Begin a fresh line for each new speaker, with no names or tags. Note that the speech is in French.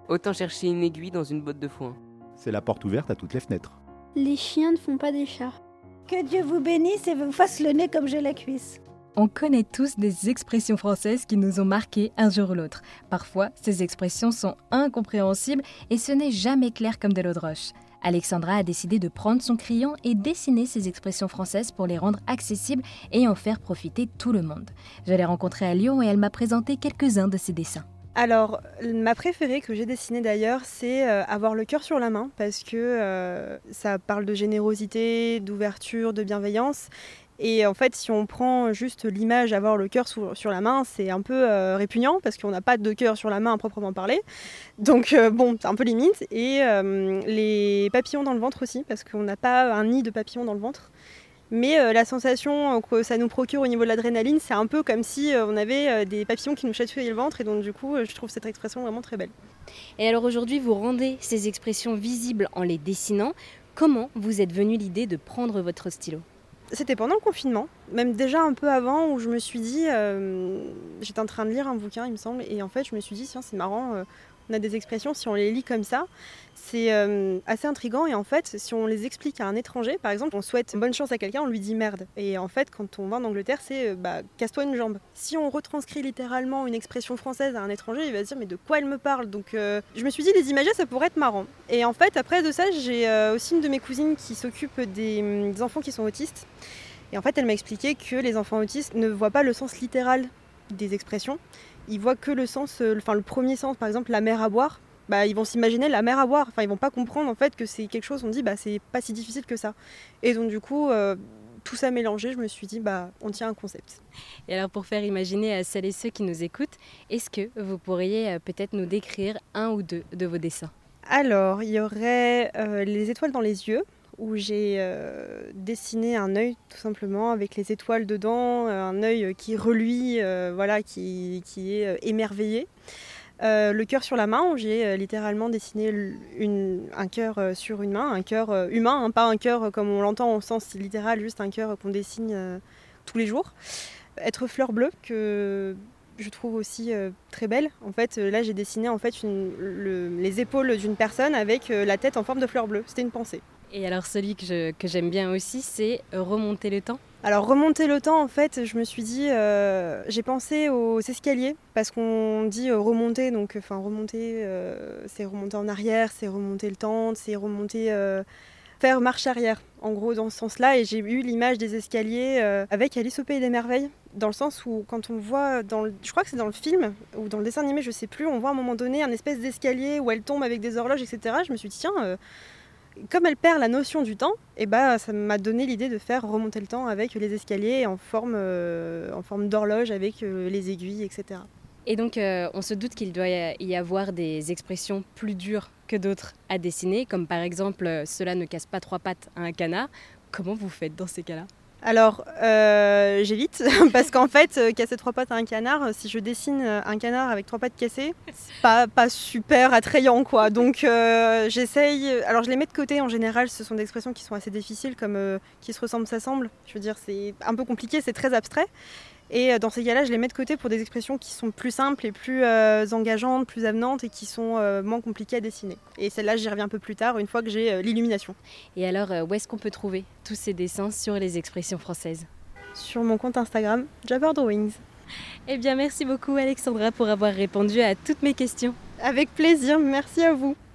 Autant chercher une aiguille dans une botte de foin.
C'est la porte ouverte à toutes les fenêtres.
Les chiens ne font pas des chats.
Que Dieu vous bénisse et vous fasse le nez comme j'ai la cuisse.
On connaît tous des expressions françaises qui nous ont marqués un jour ou l'autre. Parfois, ces expressions sont incompréhensibles et ce n'est jamais clair comme de l'eau de roche. Alexandra a décidé de prendre son crayon et dessiner ces expressions françaises pour les rendre accessibles et en faire profiter tout le monde. Je l'ai rencontrée à Lyon et elle m'a présenté quelques-uns de ses dessins.
Alors, ma préférée que j'ai dessinée d'ailleurs, c'est avoir le cœur sur la main parce que ça parle de générosité, d'ouverture, de bienveillance. Et en fait, si on prend juste l'image avoir le cœur sur la main, c'est un peu répugnant parce qu'on n'a pas de cœur sur la main à proprement parler. Donc bon, c'est un peu limite. Et les papillons dans le ventre aussi, parce qu'on n'a pas un nid de papillons dans le ventre. Mais la sensation que ça nous procure au niveau de l'adrénaline, c'est un peu comme si on avait des papillons qui nous chatouillaient le ventre. Et donc du coup, je trouve cette expression vraiment très belle.
Et alors aujourd'hui, vous rendez ces expressions visibles en les dessinant. Comment vous êtes venue l'idée de prendre votre stylo ?
C'était pendant le confinement, même déjà un peu avant, où je me suis dit, j'étais en train de lire un bouquin, il me semble, et en fait je me suis dit, tiens, c'est marrant, on a des expressions, si on les lit comme ça, c'est assez intriguant, et en fait, si on les explique à un étranger, par exemple, on souhaite bonne chance à quelqu'un, on lui dit merde. Et en fait, quand on va en Angleterre, c'est casse-toi une jambe. Si on retranscrit littéralement une expression française à un étranger, il va se dire, mais de quoi elle me parle ? Donc je me suis dit, les imager, ça pourrait être marrant. Et en fait, après de ça, j'ai aussi une de mes cousines qui s'occupe des enfants qui sont autistes. Et en fait, elle m'a expliqué que les enfants autistes ne voient pas le sens littéral des expressions. Ils voient que le sens, le premier sens, par exemple, la mer à boire. Ils vont s'imaginer la mer à boire. Enfin, ils vont pas comprendre en fait que c'est quelque chose. On dit, c'est pas si difficile que ça. Et donc du coup, tout ça mélangé, je me suis dit, on tient un concept.
Et alors, pour faire imaginer à celles et ceux qui nous écoutent, est-ce que vous pourriez peut-être nous décrire un ou deux de vos dessins ?
Alors, il y aurait les étoiles dans les yeux, où j'ai dessiné un œil tout simplement avec les étoiles dedans, un œil qui reluit, qui est émerveillé. Le cœur sur la main, où j'ai littéralement dessiné un cœur sur une main, un cœur humain, pas un cœur comme on l'entend au sens littéral, juste un cœur qu'on dessine tous les jours. Être fleur bleue, que je trouve aussi très belle. En fait, là j'ai dessiné les épaules d'une personne avec la tête en forme de fleur bleue. C'était une pensée.
Et alors celui que j'aime bien aussi, c'est remonter le temps.
Alors remonter le temps, en fait, je me suis dit, j'ai pensé aux escaliers, parce qu'on dit remonter, donc remonter, c'est remonter en arrière, c'est remonter le temps, c'est remonter, faire marche arrière, en gros dans ce sens-là. Et j'ai eu l'image des escaliers avec Alice au Pays des Merveilles, dans le sens où quand on voit, je crois que c'est dans le film, ou dans le dessin animé, je sais plus, on voit à un moment donné un espèce d'escalier où elle tombe avec des horloges, etc. Je me suis dit, tiens... Comme elle perd la notion du temps, ça m'a donné l'idée de faire remonter le temps avec les escaliers en forme d'horloge avec les aiguilles, etc.
Et donc, on se doute qu'il doit y avoir des expressions plus dures que d'autres à dessiner, comme par exemple « cela ne casse pas trois pattes à un canard ». Comment vous faites dans ces cas-là ?
Alors, j'évite, parce qu'en fait, casser trois pattes à un canard, si je dessine un canard avec trois pattes cassées, c'est pas super attrayant, quoi. Donc, j'essaye... Alors, je les mets de côté, en général, ce sont des expressions qui sont assez difficiles, comme qui se ressemblent, s'assemblent. Je veux dire, c'est un peu compliqué, c'est très abstrait. Et dans ces cas-là, je les mets de côté pour des expressions qui sont plus simples et plus engageantes, plus avenantes et qui sont moins compliquées à dessiner. Et celle-là, j'y reviens un peu plus tard, une fois que j'ai l'illumination.
Et alors, où est-ce qu'on peut trouver tous ces dessins sur les expressions françaises ?
Sur mon compte Instagram, Jabber Drawings.
Eh bien, merci beaucoup Alexandra pour avoir répondu à toutes mes questions.
Avec plaisir, merci à vous.